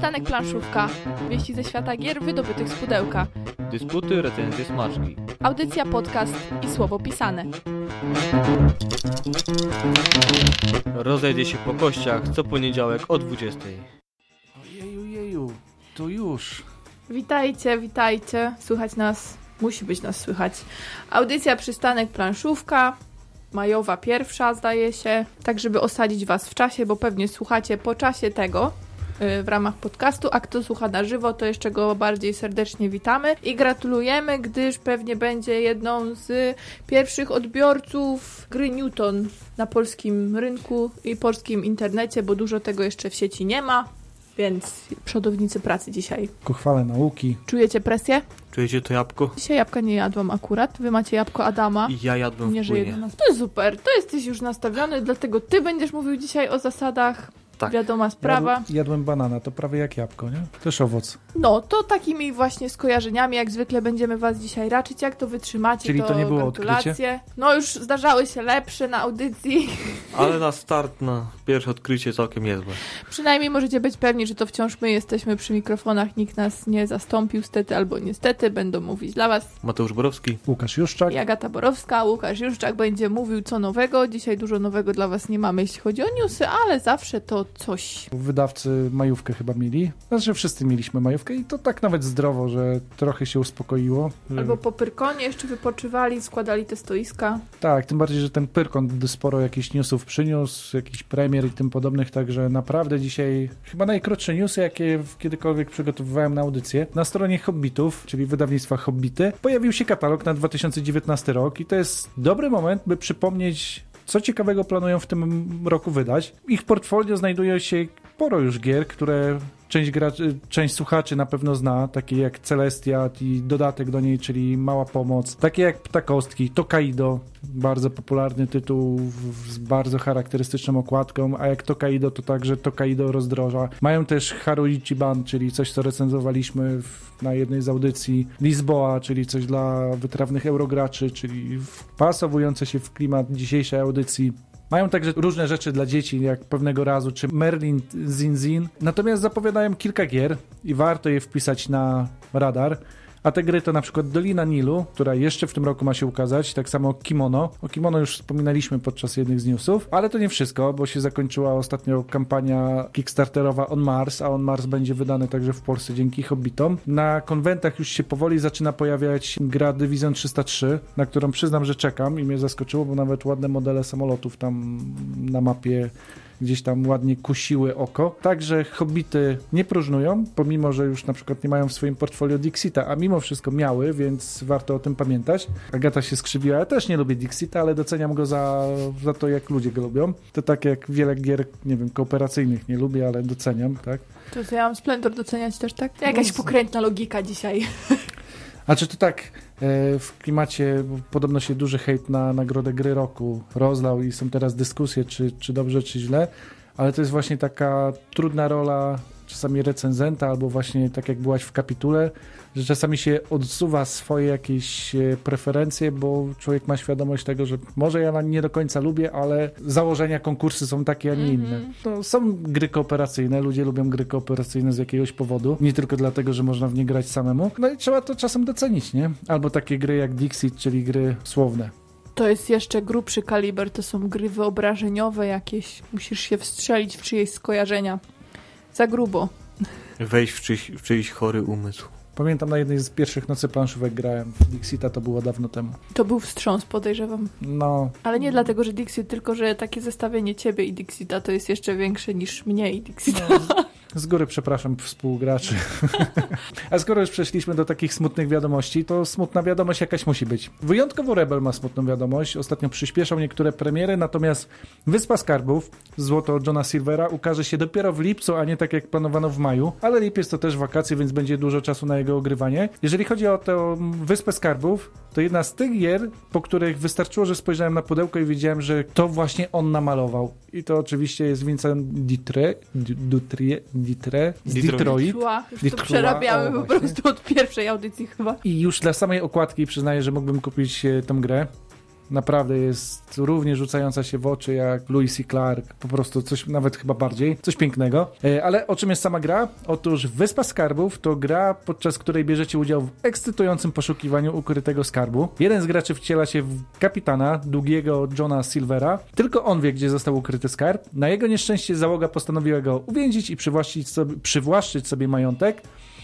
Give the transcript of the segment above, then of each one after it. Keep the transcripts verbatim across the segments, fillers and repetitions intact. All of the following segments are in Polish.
Przystanek Planszówka. Wieści ze świata gier wydobytych z pudełka. Dysputy, recenzje, smaczki. Audycja, podcast i słowo pisane. Rozejdzie się po kościach co poniedziałek o dwudziestej. Ojeju, jeju, to już. Witajcie, witajcie. Słychać nas, musi być nas słychać. Audycja Przystanek Planszówka. Majowa pierwsza, zdaje się. Tak, żeby osadzić was w czasie, bo pewnie słuchacie po czasie tego w ramach podcastu, a kto słucha na żywo, to jeszcze go bardziej serdecznie witamy i gratulujemy, gdyż pewnie będzie jedną z pierwszych odbiorców gry Newton na polskim rynku i polskim internecie, bo dużo tego jeszcze w sieci nie ma, więc przodownicy pracy dzisiaj. Ku chwale nauki. Czujecie presję? Czujecie to jabłko? Dzisiaj jabłka nie jadłam akurat. Wy macie jabłko Adama. I ja jadłem nie, w że płynie. jedno. To jest super, to jesteś już nastawiony, dlatego ty będziesz mówił dzisiaj o zasadach. Tak. Wiadoma sprawa. Jadłem, jadłem banana, to prawie jak jabłko, nie? Też owoc. No, to takimi właśnie skojarzeniami, jak zwykle będziemy was dzisiaj raczyć. Jak to wytrzymacie, Czyli to, to nie było gratulacje. odkrycie? No już zdarzały się lepsze na audycji. Ale na start, na pierwsze odkrycie całkiem niezłe. Przynajmniej możecie być pewni, że to wciąż my jesteśmy przy mikrofonach. Nikt nas nie zastąpił, stety albo niestety. Będą mówić dla was Mateusz Borowski. Łukasz Juszczak. i Agata Borowska. Łukasz Juszczak będzie mówił co nowego. Dzisiaj dużo nowego dla was nie mamy, jeśli chodzi o newsy, ale zawsze to coś. Wydawcy majówkę chyba mieli. Znaczy wszyscy mieliśmy majówkę i to tak nawet zdrowo, że trochę się uspokoiło. Albo po Pyrkonie jeszcze wypoczywali, składali te stoiska. Tak, tym bardziej, że ten Pyrkon sporo jakichś newsów przyniósł, jakichś premier i tym podobnych, także naprawdę dzisiaj chyba najkrótsze newsy, jakie kiedykolwiek przygotowywałem na audycję. Na stronie Hobbitów, czyli wydawnictwa Hobbity, pojawił się katalog na dwa tysiące dziewiętnasty rok i to jest dobry moment, by przypomnieć, co ciekawego planują w tym roku wydać. W ich portfolio znajduje się sporo już gier, które część, graczy, część słuchaczy na pewno zna, takie jak Celestia i dodatek do niej, czyli Mała Pomoc, takie jak Ptakostki, Tokaido, bardzo popularny tytuł z bardzo charakterystyczną okładką, a jak Tokaido, to także Tokaido Rozdroża. Mają też Haru Ichiban, czyli coś, co recenzowaliśmy w, na jednej z audycji, Lisboa, czyli coś dla wytrawnych eurograczy, czyli wpasowujące się w klimat dzisiejszej audycji. Mają także różne rzeczy dla dzieci, jak pewnego razu, czy Merlin Zin Zin. Natomiast zapowiadają kilka gier i warto je wpisać na radar. A te gry to na przykład Dolina Nilu, która jeszcze w tym roku ma się ukazać, tak samo Kimono. O Kimono już wspominaliśmy podczas jednych z newsów, ale to nie wszystko, bo się zakończyła ostatnio kampania kickstarterowa On Mars, a On Mars będzie wydany także w Polsce dzięki Hobbitom. Na konwentach już się powoli zaczyna pojawiać gra Division trzysta trzy, na którą przyznam, że czekam i mnie zaskoczyło, bo nawet ładne modele samolotów tam na mapie gdzieś tam ładnie kusiły oko. Także Hobbity nie próżnują, pomimo, że już na przykład nie mają w swoim portfolio Dixita, a mimo wszystko miały, więc warto o tym pamiętać. Agata się skrzywiła, ja też nie lubię Dixita, ale doceniam go za, za to, jak ludzie go lubią. To tak jak wiele gier, nie wiem, kooperacyjnych nie lubię, ale doceniam, tak? To co, ja mam Splendor doceniać też, tak? Jakaś pokrętna logika dzisiaj. A czy to tak w klimacie, podobno się duży hejt na nagrodę gry roku rozlał i są teraz dyskusje, czy, czy dobrze, czy źle, ale to jest właśnie taka trudna rola czasami recenzenta, albo właśnie tak jak byłaś w kapitule, że czasami się odsuwa swoje jakieś preferencje, bo człowiek ma świadomość tego, że może ja nie do końca lubię, ale założenia konkursy są takie, a nie inne. No, są gry kooperacyjne, ludzie lubią gry kooperacyjne z jakiegoś powodu, nie tylko dlatego, że można w nie grać samemu, no i trzeba to czasem docenić, nie? Albo takie gry jak Dixit, czyli gry słowne. To jest jeszcze grubszy kaliber, to są gry wyobrażeniowe jakieś, musisz się wstrzelić w czyjeś skojarzenia. Za grubo. Wejść w czyjś, w czyjś chory umysł. Pamiętam, na jednej z pierwszych nocy planszówek grałem w Dixita, to było dawno temu. To był wstrząs, podejrzewam. No. Ale nie dlatego, że Dixit, tylko że takie zestawienie ciebie i Dixita to jest jeszcze większe niż mnie i Dixita. No. Z góry przepraszam współgraczy. A skoro już przeszliśmy do takich smutnych wiadomości, to smutna wiadomość jakaś musi być. Wyjątkowo Rebel ma smutną wiadomość. Ostatnio przyspieszał niektóre premiery, natomiast Wyspa Skarbów, złoto Johna Silvera, ukaże się dopiero w lipcu, a nie tak jak planowano w maju. Ale lipiec to też wakacje, więc będzie dużo czasu na jego ogrywanie. Jeżeli chodzi o tę Wyspę Skarbów, to jedna z tych gier, po których wystarczyło, że spojrzałem na pudełko i wiedziałem, że to właśnie on namalował. I to oczywiście jest Vincent Dutre, Dutre, Dutre z Detroit. Detroit. Już Detroit. to przerabiamy O, po właśnie. prostu od pierwszej audycji chyba. I już dla samej okładki przyznaję, że mógłbym kupić e, tę grę. naprawdę jest równie rzucająca się w oczy jak Lewis i Clark, po prostu coś, nawet chyba bardziej, coś pięknego. Ale o czym jest sama gra? Otóż Wyspa Skarbów to gra, podczas której bierzecie udział w ekscytującym poszukiwaniu ukrytego skarbu. Jeden z graczy wciela się w kapitana, długiego Johna Silvera. Tylko on wie, gdzie został ukryty skarb. Na jego nieszczęście załoga postanowiła go uwięzić i przywłaszczyć sobie, przywłaszczyć sobie majątek.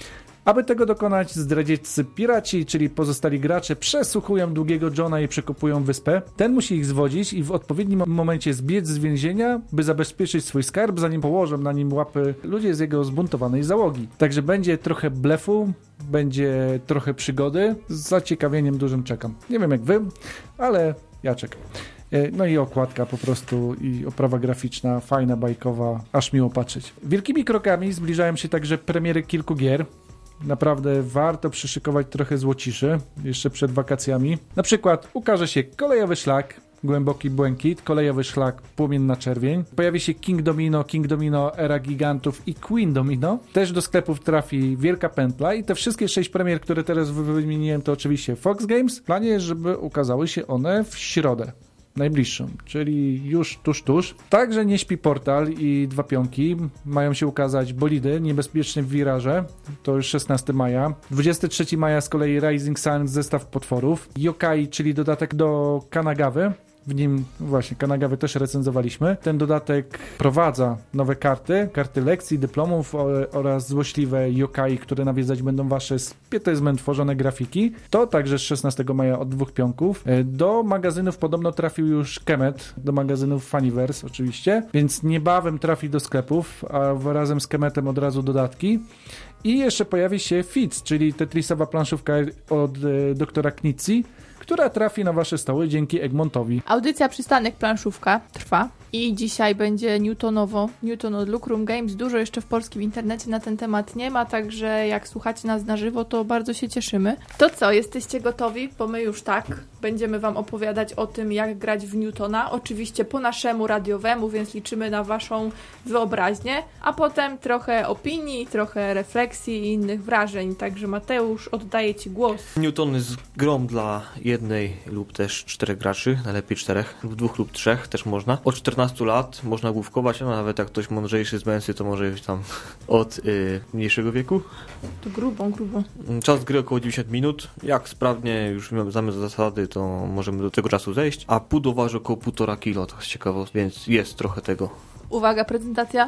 Aby tego dokonać, zdradzieccy piraci, czyli pozostali gracze, przesłuchują długiego Johna i przekopują wyspę. Ten musi ich zwodzić i w odpowiednim momencie zbiec z więzienia, by zabezpieczyć swój skarb, zanim położą na nim łapy ludzie z jego zbuntowanej załogi. Także będzie trochę blefu, będzie trochę przygody. Z zaciekawieniem dużym czekam. Nie wiem jak wy, ale ja czekam. No i okładka po prostu i oprawa graficzna, fajna, bajkowa, aż miło patrzeć. Wielkimi krokami zbliżają się także premiery kilku gier. Naprawdę warto przyszykować trochę złociszy jeszcze przed wakacjami. Na przykład ukaże się Kolejowy Szlak, Głęboki Błękit, Kolejowy Szlak, Płomienna Czerwień. Pojawi się King Domino, King Domino, Era Gigantów i Queen Domino. Też do sklepów trafi Wielka Pętla i te wszystkie sześć premier, które teraz wymieniłem, to oczywiście Fox Games. W planie jest, żeby ukazały się one w środę najbliższą, czyli już tuż, tuż. Także nie śpi Portal i Dwa Pionki. Mają się ukazać Bolidy, Niebezpieczne Wiraże, to już szesnastego maja. dwudziestego trzeciego maja z kolei Rising Sun, zestaw potworów. Yokai, czyli dodatek do Kanagawy. W nim właśnie Kanagawy też recenzowaliśmy. Ten dodatek wprowadza nowe karty, karty lekcji, dyplomów oraz złośliwe yokai, które nawiedzać będą wasze z pietyzmem tworzone grafiki. To także z szesnastego maja od Dwóch Pionków. Do magazynów podobno trafił już Kemet, do magazynów Funiverse oczywiście, więc niebawem trafi do sklepów, a razem z Kemetem od razu dodatki. I jeszcze pojawi się Fitz, czyli tetrisowa planszówka od e, doktora Knizzi, która trafi na wasze stoły dzięki Egmontowi. Audycja Przystanek Planszówka trwa i dzisiaj będzie Newtonowo. Newton od Lucrum Games. Dużo jeszcze w polskim internecie na ten temat nie ma, także jak słuchacie nas na żywo, to bardzo się cieszymy. To co, jesteście gotowi? Bo my już tak. Będziemy wam opowiadać o tym, jak grać w Newtona. Oczywiście po naszemu radiowemu, więc liczymy na waszą wyobraźnię. A potem trochę opinii, trochę refleksji i innych wrażeń. Także Mateusz, oddaję ci głos. Newton jest grą dla jednej lub też czterech graczy, najlepiej czterech, lub dwóch lub trzech też można. Od czternastu lat można główkować, no nawet jak ktoś mądrzejszy z męsy, to może już tam od y, mniejszego wieku. To grubo, grubo. Czas gry około dziewięćdziesiąt minut. Jak sprawnie już znamy zasady, to możemy do tego czasu zejść. A pudło waży około półtora kilo, to jest ciekawe, więc jest trochę tego. Uwaga, prezentacja.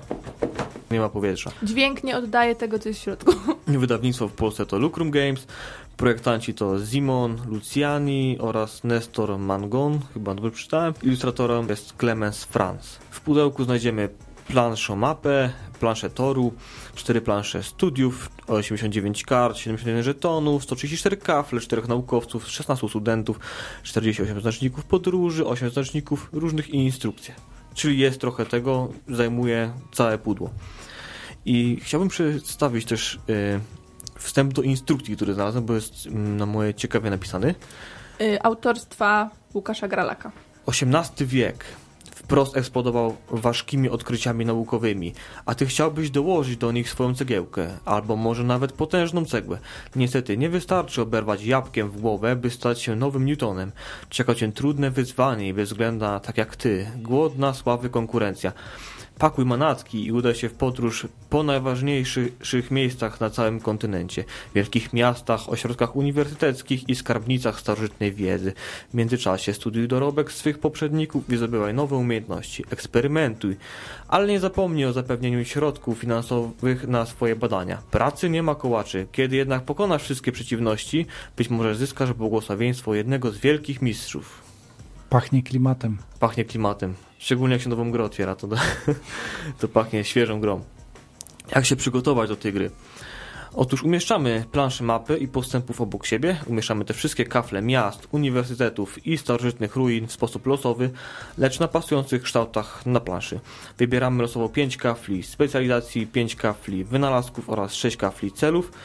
Nie ma powietrza. Dźwięk nie oddaje tego, co jest w środku. Wydawnictwo w Polsce to Lucrum Games. Projektanci to Simon Luciani oraz Nestor Mangon, chyba dobrze przeczytałem. Ilustratorem jest Clemens Franz. W pudełku znajdziemy planszomapę, planszę toru, cztery plansze studiów, osiemdziesiąt dziewięć kart, siedemdziesiąt jeden żetonów, sto trzydzieści cztery kafle, czterech naukowców, szesnastu studentów, czterdzieści osiem znaczników podróży, osiem znaczników różnych i instrukcje. Czyli jest trochę tego, zajmuje całe pudło. I chciałbym przedstawić też yy, wstęp do instrukcji, który znalazłem, bo jest na moje ciekawie napisany. Yy, autorstwa Łukasza Gralaka. osiemnasty wiek wprost eksplodował ważkimi odkryciami naukowymi, a ty chciałbyś dołożyć do nich swoją cegiełkę, albo może nawet potężną cegłę. Niestety nie wystarczy oberwać jabłkiem w głowę, by stać się nowym Newtonem. Czeka cię trudne wyzwanie i bezwzględna, tak jak ty, głodna sławy konkurencja. Pakuj manatki i udaj się w podróż po najważniejszych miejscach na całym kontynencie, wielkich miastach, ośrodkach uniwersyteckich i skarbnicach starożytnej wiedzy. W międzyczasie studiuj dorobek swych poprzedników i zdobywaj nowe umiejętności. Eksperymentuj, ale nie zapomnij o zapewnieniu środków finansowych na swoje badania. Pracy nie ma kołaczy. Kiedy jednak pokonasz wszystkie przeciwności, być może zyskasz błogosławieństwo jednego z wielkich mistrzów. Pachnie klimatem. Pachnie klimatem. Szczególnie jak się nową grę otwiera, to, to pachnie świeżą grą. Jak się przygotować do tej gry? Otóż umieszczamy planszę mapy i postępów obok siebie. Umieszczamy te wszystkie kafle miast, uniwersytetów i starożytnych ruin w sposób losowy, lecz na pasujących kształtach na planszy. Wybieramy losowo pięć kafli specjalizacji, pięć kafli wynalazków oraz sześć kafli celów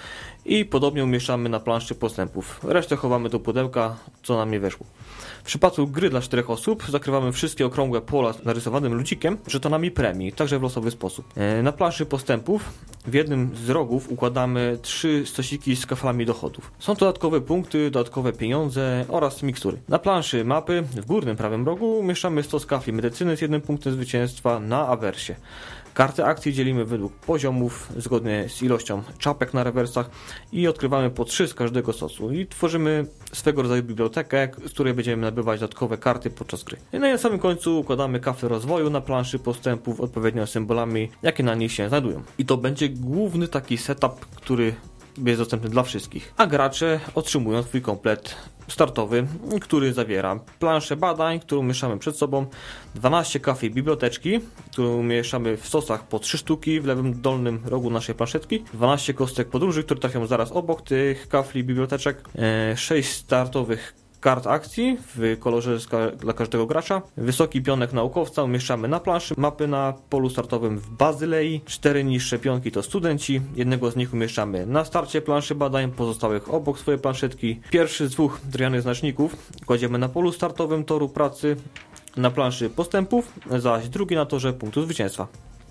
i podobnie umieszczamy na planszy postępów. Resztę chowamy do pudełka, co nam nie weszło. W przypadku gry dla czterech osób zakrywamy wszystkie okrągłe pola z narysowanym ludzikiem żetonami premii, także w losowy sposób. Na planszy postępów w jednym z rogów układamy trzy stosiki z kaflami dochodów. Są to dodatkowe punkty, dodatkowe pieniądze oraz mikstury. Na planszy mapy w górnym prawym rogu umieszczamy stos kafli medycyny z jednym punktem zwycięstwa na awersie. Karty akcji dzielimy według poziomów, zgodnie z ilością czapek na rewersach i odkrywamy po trzy z każdego stosu i tworzymy swego rodzaju bibliotekę, z której będziemy nabywać dodatkowe karty podczas gry. I na samym końcu układamy kafle rozwoju na planszy postępów odpowiednio symbolami, jakie na nich się znajdują. I to będzie główny taki setup, który jest dostępny dla wszystkich. A gracze otrzymują swój komplet startowy, który zawiera planszę badań, którą umieszczamy przed sobą, dwanaście kafli biblioteczki, którą umieszczamy w stosach po trzy sztuki w lewym dolnym rogu naszej planszetki, dwanaście kostek podróży, które trafią zaraz obok tych kafli biblioteczek, sześć startowych kart akcji w kolorze dla każdego gracza. Wysoki pionek naukowca umieszczamy na planszy mapy na polu startowym w Bazylei. Cztery niższe pionki to studenci. Jednego z nich umieszczamy na starcie planszy badań, pozostałych obok swojej planszetki. Pierwszy z dwóch drewnianych znaczników kładziemy na polu startowym toru pracy na planszy postępów, zaś drugi na torze punktu zwycięstwa.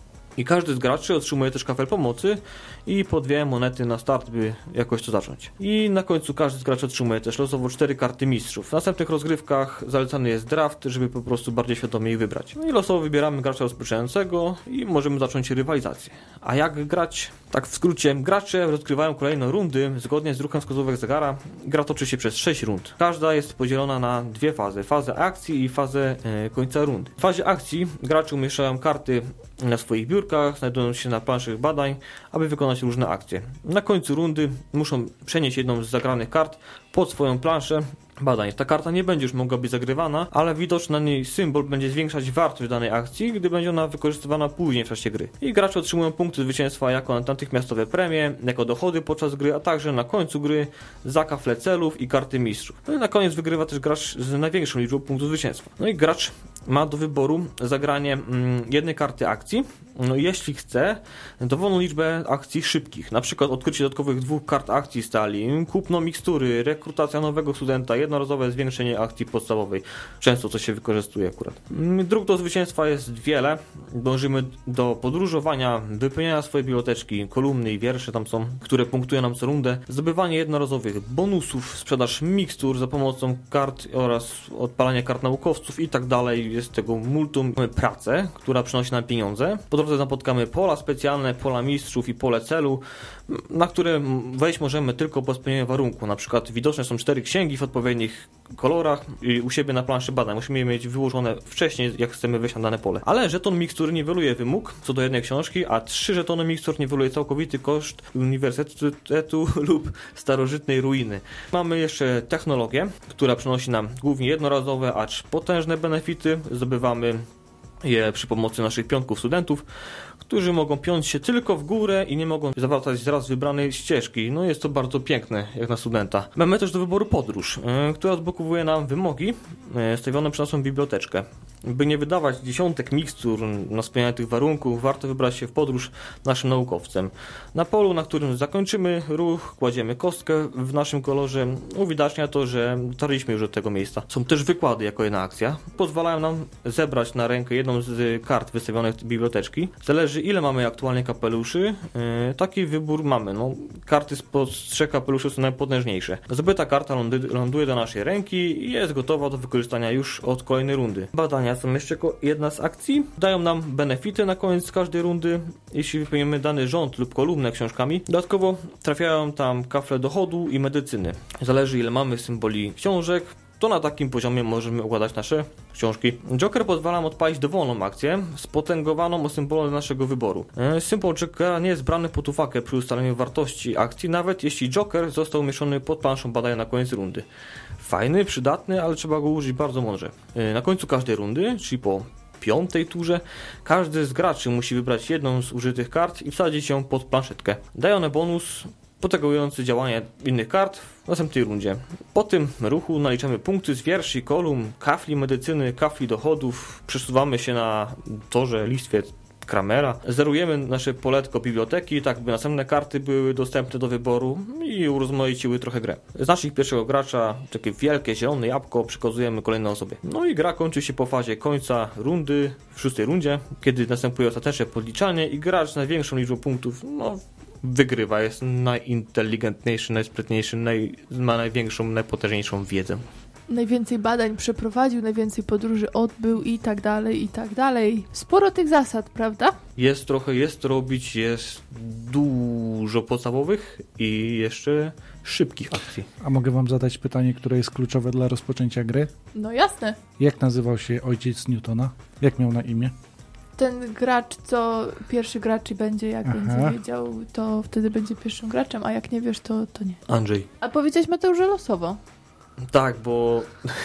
I każdy z graczy otrzymuje też kafel pomocy i po dwie monety na start, by jakoś to zacząć. I na końcu każdy z graczy otrzymuje też losowo cztery karty mistrzów. W następnych rozgrywkach zalecany jest draft, żeby po prostu bardziej świadomie ich wybrać. No i losowo wybieramy gracza rozpoczynającego i możemy zacząć rywalizację. A jak grać? Tak w skrócie, gracze rozgrywają kolejne rundy zgodnie z ruchem wskazówek zegara. Gra toczy się przez sześć rund. Każda jest podzielona na dwie fazy. Fazę akcji i fazę e, końca rundy. W fazie akcji gracze umieszczają karty na swoich biurkach, znajdują się na planszach badań, aby wykonać różne akcje. Na końcu rundy muszą przenieść jedną z zagranych kart pod swoją planszę badań. Ta karta nie będzie już mogła być zagrywana, ale widoczny na niej symbol będzie zwiększać wartość danej akcji, gdy będzie ona wykorzystywana później w czasie gry. I gracze otrzymują punkty zwycięstwa jako natychmiastowe premie, jako dochody podczas gry, a także na końcu gry za kafle celów i karty mistrzów. No i na koniec wygrywa też gracz z największą liczbą punktów zwycięstwa. No i gracz ma do wyboru zagranie mm, jednej karty akcji, no i jeśli chce, dowolną liczbę akcji szybkich, na przykład odkrycie dodatkowych dwóch kart akcji stali, kupno mikstury, rekrutacja nowego studenta, jednorazowe zwiększenie akcji podstawowej, często co się wykorzystuje akurat. Dróg do zwycięstwa jest wiele, dążymy do podróżowania, wypełniania swojej biblioteczki, kolumny i wiersze tam są, które punktują nam co rundę, zdobywanie jednorazowych bonusów, sprzedaż mikstur za pomocą kart oraz odpalanie kart naukowców i tak dalej. Jest tego multum. Mamy pracę, która przynosi nam pieniądze. Po drodze napotkamy pola specjalne, pola mistrzów i pole celu, na które wejść możemy tylko po spełnieniu warunku. Na przykład widoczne są cztery księgi w odpowiednich kolorach i u siebie na planszy badań. Musimy je mieć wyłożone wcześniej, jak chcemy wejść na dane pole. Ale żeton mikstur niweluje wymóg co do jednej książki, a trzy żetony mikstur niweluje całkowity koszt uniwersytetu lub starożytnej ruiny. Mamy jeszcze technologię, która przynosi nam głównie jednorazowe, acz potężne benefity. Zdobywamy je przy pomocy naszych pionków studentów, którzy mogą piąć się tylko w górę i nie mogą zawracać zaraz wybranej ścieżki. No jest to bardzo piękne, jak na studenta. Mamy też do wyboru podróż, yy, która odblokowuje nam wymogi yy, stawione przez naszą biblioteczkę. By nie wydawać dziesiątek mikstur na spełnianie tych warunków, warto wybrać się w podróż naszym naukowcem. Na polu, na którym zakończymy ruch, kładziemy kostkę w naszym kolorze. Uwidacznia to, że dotarliśmy już do tego miejsca. Są też wykłady jako jedna akcja. Pozwalają nam zebrać na rękę jedną z kart wystawionych z biblioteczki. Zależy, ile mamy aktualnie kapeluszy, yy, taki wybór mamy. No, karty spod trzech kapeluszy są najpotężniejsze. Zdobyta karta lądy, ląduje do naszej ręki i jest gotowa do wykorzystania już od kolejnej rundy. Badania są jeszcze jedna z akcji. Dają nam benefity na koniec każdej rundy, jeśli wypełnimy dany rząd lub kolumnę książkami. Dodatkowo trafiają tam kafle dochodu i medycyny. Zależy, ile mamy symboli książek, to na takim poziomie możemy układać nasze książki. Joker pozwala nam odpalić dowolną akcję, spotęgowaną o symbolu naszego wyboru. Symbol Jokera nie jest brany pod uwagę przy ustaleniu wartości akcji, nawet jeśli Joker został umieszczony pod planszą badania na koniec rundy. Fajny, przydatny, ale trzeba go użyć bardzo mądrze. Na końcu każdej rundy, czyli po piątej turze, każdy z graczy musi wybrać jedną z użytych kart i wsadzić ją pod planszetkę. Daje one bonus protegujący działanie innych kart w następnej rundzie. Po tym ruchu naliczamy punkty z wierszy, kolumn, kafli medycyny, kafli dochodów, przesuwamy się na torze, listwie Kramera. Zerujemy nasze poletko biblioteki, tak by następne karty były dostępne do wyboru i urozmaiciły trochę grę. Z naszych pierwszego gracza, takie wielkie zielone jabłko, przekazujemy kolejne osobie. No i gra kończy się po fazie końca rundy, w szóstej rundzie, kiedy następuje ostateczne podliczanie i gracz z największą liczbą punktów, no, wygrywa, jest najinteligentniejszy, najsprytniejszy, naj, ma największą, najpotężniejszą wiedzę. Najwięcej badań przeprowadził, najwięcej podróży odbył i tak dalej, i tak dalej. Sporo tych zasad, prawda? Jest trochę, jest robić, jest dużo podstawowych i jeszcze szybkich akcji. A mogę wam zadać pytanie, które jest kluczowe dla rozpoczęcia gry? No jasne. Jak nazywał się ojciec Newtona? Jak miał na imię? Ten gracz, co pierwszy gracz i będzie, jak Aha. będzie wiedział, to wtedy będzie pierwszym graczem, a jak nie wiesz, to, to nie. Andrzej. A powiedziałeś, Mateusz, że losowo. Tak, bo...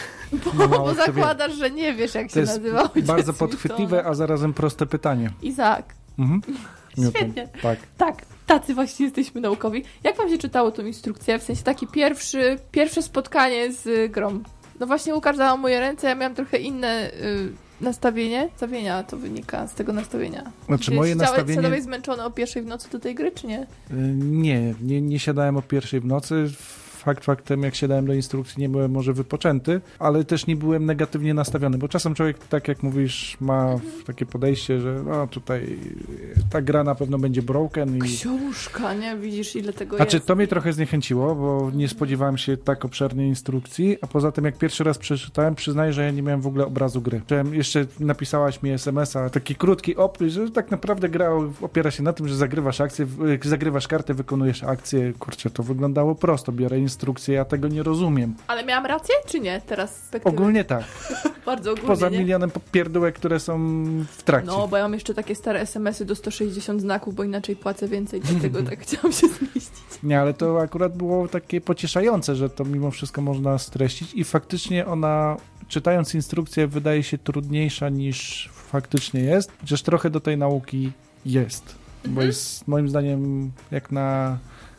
Bo, No, bo kto zakładasz, że nie wiesz, jak To się jest nazywa ojciec bardzo podchwytliwe, Newtona. a zarazem proste pytanie. Izaak. Mhm. Newton. Świetnie. Tak. Tak, tacy właśnie jesteśmy naukowi. Jak wam się czytało tą instrukcję? W sensie taki pierwszy, pierwsze spotkanie z grą. No właśnie Łukasz dał moje ręce, ja miałam trochę inne y, nastawienie. Nastawienia to wynika z tego nastawienia. Znaczy Czy moje siedziałeś- nastawienie... Siadałeś zmęczony o pierwszej w nocy do tej gry, czy nie? Y, Nie, nie, nie siadałem o pierwszej w nocy. Fakt faktem, jak siadałem do instrukcji, nie byłem może wypoczęty, ale też nie byłem negatywnie nastawiony, bo czasem człowiek, tak jak mówisz, ma takie podejście, że no tutaj ta gra na pewno będzie broken. I... Książka, nie? Widzisz, ile tego Znaczy, jest. to mnie trochę zniechęciło, bo nie spodziewałem się tak obszernej instrukcji, a poza tym jak pierwszy raz przeczytałem, przyznaję, że ja nie miałem w ogóle obrazu gry. Jeszcze napisałaś mi es em es a, taki krótki opis, że tak naprawdę gra opiera się na tym, że zagrywasz akcję, zagrywasz kartę, wykonujesz akcję. Kurczę, to wyglądało prosto, biorę instrukcję, ja tego nie rozumiem. Ale miałam rację, czy nie? Teraz z perspektywy. Ogólnie tak. Bardzo ogólnie, Poza nie? milionem pierdółek, które są w trakcie. No, bo ja mam jeszcze takie stare es em esy do sto sześćdziesiąt znaków, bo inaczej płacę więcej, dlatego tak chciałam się zmieścić. Nie, ale to akurat było takie pocieszające, że to mimo wszystko można streścić i faktycznie ona, czytając instrukcję, wydaje się trudniejsza niż faktycznie jest, chociaż trochę do tej nauki jest, Mhm. bo jest moim zdaniem jak na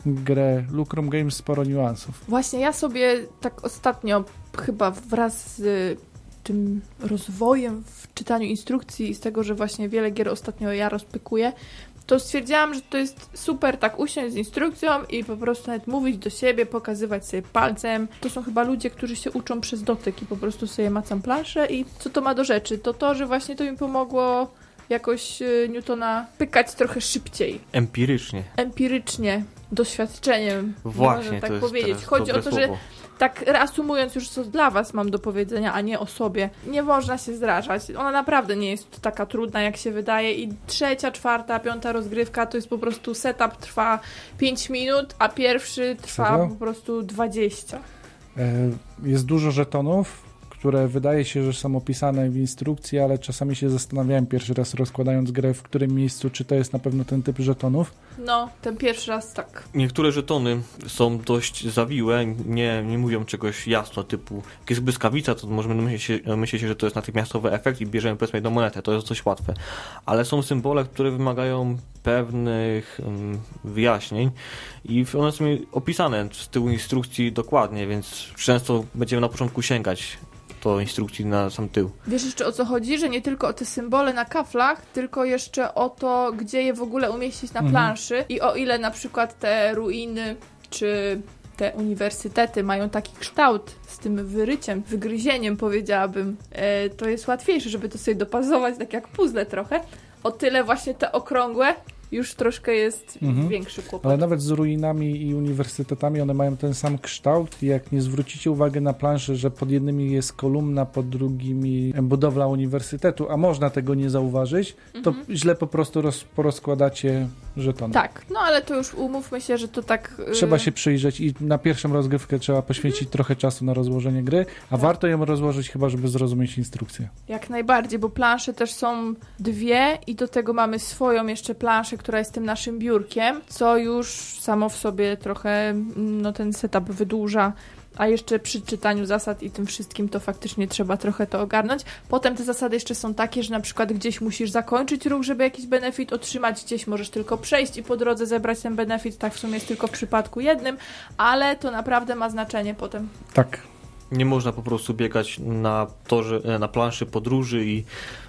grę Lucrum Games sporo niuansów. Właśnie ja sobie tak ostatnio chyba wraz z tym rozwojem w czytaniu instrukcji i z tego, że właśnie wiele gier ostatnio ja rozpykuję, to stwierdziłam, że to jest super tak usiąść z instrukcją i po prostu nawet mówić do siebie, pokazywać sobie palcem. To są chyba ludzie, którzy się uczą przez dotyk i po prostu sobie macam planszę i co to ma do rzeczy? To to, że właśnie to mi pomogło jakoś y, Newtona pykać trochę szybciej, Empirycznie. empirycznie, doświadczeniem. Właśnie, można tak to jest powiedzieć. teraz Chodzi o dobre to, że słowo. tak reasumując już, co dla was mam do powiedzenia, a nie o sobie, nie można się zrażać. Ona naprawdę nie jest taka trudna, jak się wydaje i trzecia, czwarta, piąta rozgrywka to jest po prostu setup trwa pięć minut, a pierwszy trwa Serio? po prostu dwadzieścia. E, Jest dużo żetonów, które wydaje się, że są opisane w instrukcji, ale czasami się zastanawiałem pierwszy raz rozkładając grę, w którym miejscu, czy to jest na pewno ten typ żetonów. No, ten pierwszy raz tak. Niektóre żetony są dość zawiłe, nie, nie mówią czegoś jasno, typu jak jest błyskawica, to możemy myśleć, się- myśleć, że to jest natychmiastowy efekt i bierzemy powiedzmy jedną monetę, to jest dość łatwe. Ale są symbole, które wymagają pewnych um, wyjaśnień i one są opisane z tyłu instrukcji dokładnie, więc często będziemy na początku sięgać do instrukcji na sam tył. Wiesz jeszcze o co chodzi? Że nie tylko o te symbole na kaflach, tylko jeszcze o to, gdzie je w ogóle umieścić na Mhm. planszy i o ile na przykład te ruiny czy te uniwersytety mają taki kształt z tym wyryciem, wygryzieniem powiedziałabym, e, to jest łatwiejsze, żeby to sobie dopasować tak jak puzzle trochę. O tyle właśnie te okrągłe już troszkę jest Mhm. większy kłopot. Ale nawet z ruinami i uniwersytetami one mają ten sam kształt i jak nie zwrócicie uwagi na planszę, że pod jednymi jest kolumna, pod drugimi budowla uniwersytetu, a można tego nie zauważyć, to Mhm. źle po prostu roz, porozkładacie żetony. Tak, no ale to już umówmy się, że to tak... y, Trzeba się przyjrzeć i na pierwszą rozgrywkę trzeba poświęcić trochę czasu na rozłożenie gry, a Tak. warto ją rozłożyć chyba, żeby zrozumieć instrukcję. Jak najbardziej, bo plansze też są dwie i do tego mamy swoją jeszcze planszę, która jest tym naszym biurkiem, co już samo w sobie trochę no, ten setup wydłuża, a jeszcze przy czytaniu zasad i tym wszystkim to faktycznie trzeba trochę to ogarnąć. Potem te zasady jeszcze są takie, że na przykład gdzieś musisz zakończyć ruch, żeby jakiś benefit otrzymać, gdzieś możesz tylko przejść i po drodze zebrać ten benefit, tak w sumie jest tylko w przypadku jednym, ale to naprawdę ma znaczenie potem. Tak. Nie można po prostu biegać na torze, na planszy podróży i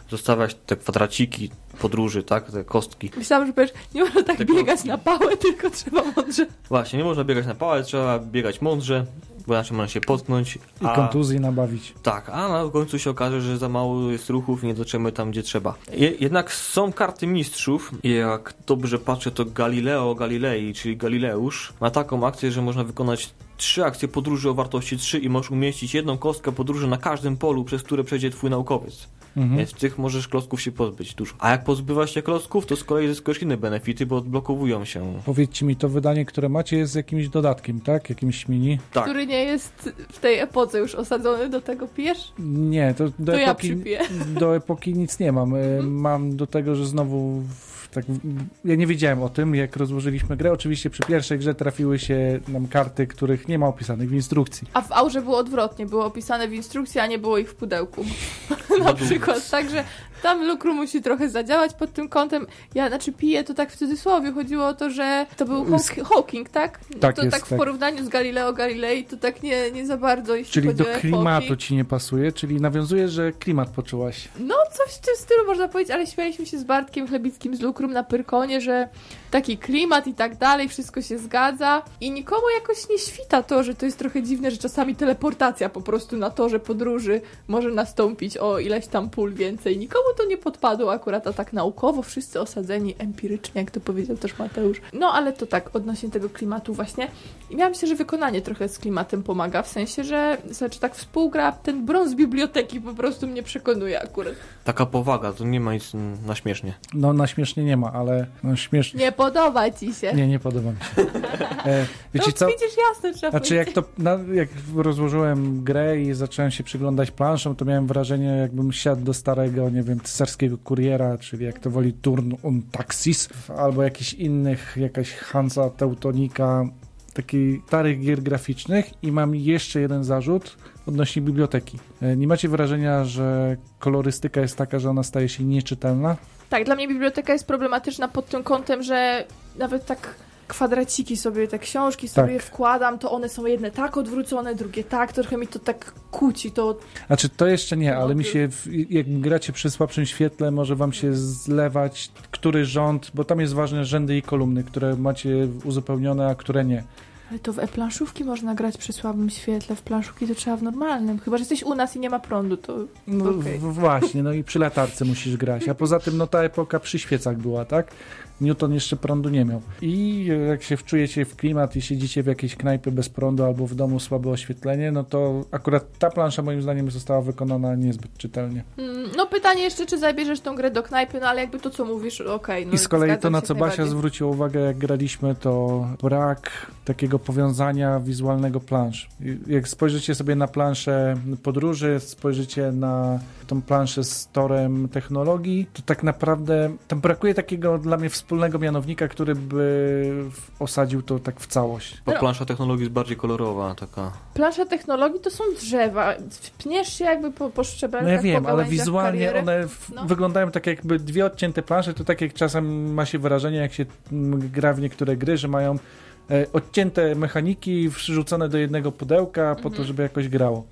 zostawiać te kwadraciki podróży, tak, te kostki. Myślałam, że powiesz, nie można tak Te biegać kostki. na pałę, tylko trzeba mądrze. Właśnie, nie można biegać na pałę, trzeba biegać mądrze, bo inaczej można się potknąć. I kontuzji nabawić. Tak, a na końcu się okaże, że za mało jest ruchów i nie dotrzemy tam, gdzie trzeba. Je, jednak są karty mistrzów i jak dobrze patrzę, to Galileo Galilei, czyli Galileusz, ma taką akcję, że można wykonać trzy akcje podróży o wartości trzy i możesz umieścić jedną kostkę podróży na każdym polu, przez które przejdzie twój naukowiec. Mhm. Więc tych możesz klocków się pozbyć dużo. A jak pozbywasz się klocków, to z kolei zyskujesz inne benefity, bo odblokowują się. Powiedzcie mi, to wydanie, które macie, jest jakimś dodatkiem, tak? Jakimś mini? Tak. Który nie jest w tej epoce już osadzony, do tego pijesz? Nie, to do, To ja epoki, przypiję. do epoki nic nie mam. Y, Mam do tego, że znowu... w- Tak, ja nie wiedziałem o tym, jak rozłożyliśmy grę. Oczywiście przy pierwszej grze trafiły się nam karty, których nie ma opisanych w instrukcji. A w aurze było odwrotnie, było opisane w instrukcji, a nie było ich w pudełku. Na przykład, także tam Lukru musi trochę zadziałać pod tym kątem. Ja, znaczy piję to tak w cudzysłowie, chodziło o to, że to był Hawk- Hawking, tak? Tak to jest, tak w tak. porównaniu z Galileo Galilei, to tak nie, nie za bardzo, jeśli Czyli chodzi do o klimatu epoki. ci nie pasuje, czyli nawiązuje, że klimat poczułaś. No, coś w tym stylu można powiedzieć, ale śmialiśmy się z Bartkiem Chlebickim, z Lukrum na Pyrkonie, że taki klimat i tak dalej, wszystko się zgadza i nikomu jakoś nie świta to, że to jest trochę dziwne, że czasami teleportacja po prostu na torze podróży może nastąpić o ileś tam pól więcej. Nikomu to nie podpadło akurat, a tak naukowo, wszyscy osadzeni empirycznie, jak to powiedział też Mateusz. No, ale to tak, odnośnie tego klimatu właśnie. I miałam się, że wykonanie trochę z klimatem pomaga, w sensie, że znaczy tak współgra, ten brąz biblioteki po prostu mnie przekonuje akurat. Taka powaga, to nie ma nic na śmiesznie. No na śmiesznie nie ma, ale no śmiesznie... Nie podoba ci się. Nie, nie podoba mi się. E, wiecie No co? widzisz, jasno trzeba Znaczy jak to, na, jak rozłożyłem grę i zacząłem się przyglądać planszom, to miałem wrażenie, jakbym siadł do starego, nie wiem, cesarskiego kuriera, czyli jak to woli Turn und Taxis, albo jakichś innych, jakaś Hansa Teutonika, takich starych gier graficznych i mam jeszcze jeden zarzut odnośnie biblioteki. E, Nie macie wrażenia, że kolorystyka jest taka, że ona staje się nieczytelna? Tak, dla mnie biblioteka jest problematyczna pod tym kątem, że nawet tak kwadraciki sobie, te książki sobie Tak. wkładam, to one są jedne tak odwrócone, drugie tak, trochę mi to tak kuci, to Znaczy to jeszcze nie, No, ale mi ty- się, w- jak gracie przy słabszym świetle, może wam się zlewać, który rząd, bo tam jest ważne rzędy i kolumny, które macie uzupełnione, a które nie. ale to w e-planszówki można grać przy słabym świetle, w planszówki to trzeba w normalnym, chyba że jesteś u nas i nie ma prądu, to No okej. w- właśnie, no i przy latarce musisz grać, a poza tym no ta epoka przy świecach była, tak? Newton jeszcze prądu nie miał. I jak się wczujecie w klimat i siedzicie w jakiejś knajpie bez prądu albo w domu słabe oświetlenie, no to akurat ta plansza moim zdaniem została wykonana niezbyt czytelnie. Mm, No pytanie jeszcze, czy zabierzesz tą grę do knajpy, no ale jakby to, co mówisz, okej. no I z kolei to, zgadzam na się co jak Basia najbardziej. zwróciła uwagę, jak graliśmy, to brak takiego powiązania wizualnego plansz. I Jak spojrzycie sobie na planszę podróży, spojrzycie na tą planszę z torem technologii, to tak naprawdę tam brakuje takiego dla mnie wspólnego mianownika, który by osadził to tak w całość. Bo No. plansza technologii jest bardziej kolorowa, taka... Plansza technologii to są drzewa, pniesz się jakby po, po szczebelkach, No ja wiem, po ale gałęziach wizualnie kariery. one w, No. wyglądają tak jakby dwie odcięte plansze, to tak jak czasem ma się wrażenie, jak się mm, gra w niektóre gry, że mają e, odcięte mechaniki wrzucone do jednego pudełka po to, Mhm. żeby jakoś grało.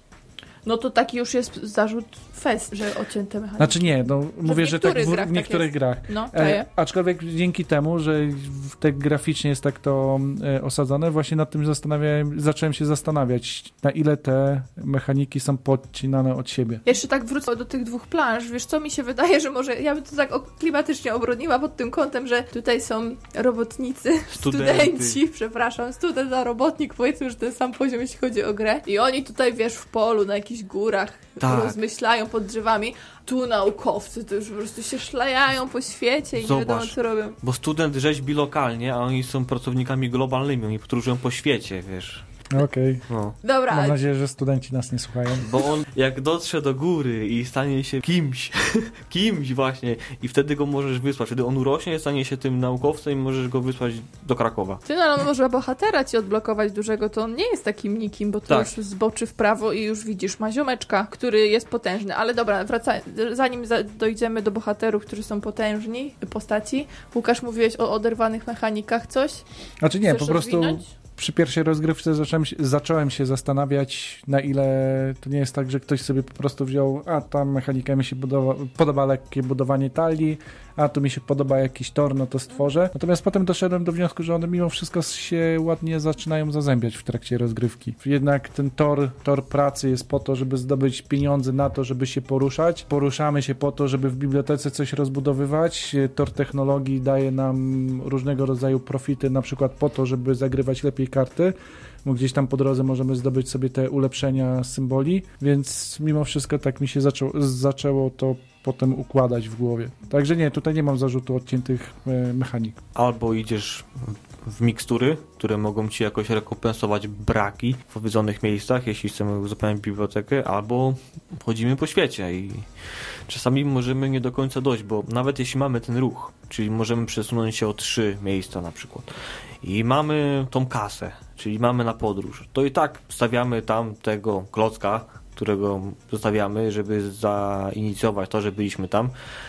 No to taki już jest zarzut fest, że odcięte mechaniki. Znaczy nie, no mówię, że tak niektórych w, grach w tak niektórych jest. grach. No, E, czaję. aczkolwiek dzięki temu, że w- tak graficznie jest tak to e, osadzone, właśnie nad tym zastanawiałem, zacząłem się zastanawiać, na ile te mechaniki są podcinane od siebie. Jeszcze tak wrócę do tych dwóch planż. Wiesz co, mi się wydaje, że może ja bym to tak ok- klimatycznie obroniła pod tym kątem, że tutaj są robotnicy, Studenty. studenci, przepraszam, student a robotnik, powiedzmy, że ten sam poziom, jeśli chodzi o grę. I oni tutaj, wiesz, w polu, na jakichś górach Tak. rozmyślają pod drzewami. Tu naukowcy to już po prostu się szlajają po świecie i nie Zobacz. wiadomo, co robią. Bo student rzeźbi lokalnie, a oni są pracownikami globalnymi, oni podróżują po świecie, wiesz. Okej. No. Dobra, Mam nadzieję, że studenci nas nie słuchają. Bo on jak dotrze do góry i stanie się kimś, kimś właśnie i wtedy go możesz wysłać, wtedy on urośnie, stanie się tym naukowcem i możesz go wysłać do Krakowa. Ty, no ale może bohatera ci odblokować dużego, to on nie jest takim nikim, bo to Tak. już zboczy w prawo i już widzisz ma ziomeczka, który jest potężny. Ale dobra, wraca, zanim za, dojdziemy do bohaterów, którzy są potężni, postaci. Łukasz, mówiłeś o oderwanych mechanikach coś? Znaczy nie, Chcesz po prostu rozwinąć? przy pierwszej rozgrywce zacząłem się, zacząłem się zastanawiać, na ile to nie jest tak, że ktoś sobie po prostu wziął, a ta mechanika mi się podoba, podoba lekkie budowanie talii, a tu mi się podoba jakiś tor, no to stworzę. Natomiast potem doszedłem do wniosku, że one mimo wszystko się ładnie zaczynają zazębiać w trakcie rozgrywki. Jednak ten tor, tor pracy jest po to, żeby zdobyć pieniądze na to, żeby się poruszać. Poruszamy się po to, żeby w bibliotece coś rozbudowywać. Tor technologii daje nam różnego rodzaju profity, na przykład po to, żeby zagrywać lepiej karty, bo gdzieś tam po drodze możemy zdobyć sobie te ulepszenia symboli, więc mimo wszystko tak mi się zaczą, zaczęło to potem układać w głowie. Także nie, tutaj nie mam zarzutu odciętych e, mechanik. Albo idziesz w mikstury, które mogą ci jakoś rekompensować braki w odwiedzonych miejscach, jeśli chcemy uzupełnić bibliotekę, albo chodzimy po świecie i czasami możemy nie do końca dojść, bo nawet jeśli mamy ten ruch, czyli możemy przesunąć się o trzy miejsca na przykład i mamy tą kasę, czyli mamy na podróż, to i tak stawiamy tam tego klocka, którego zostawiamy, żeby zainicjować to, że byliśmy tam.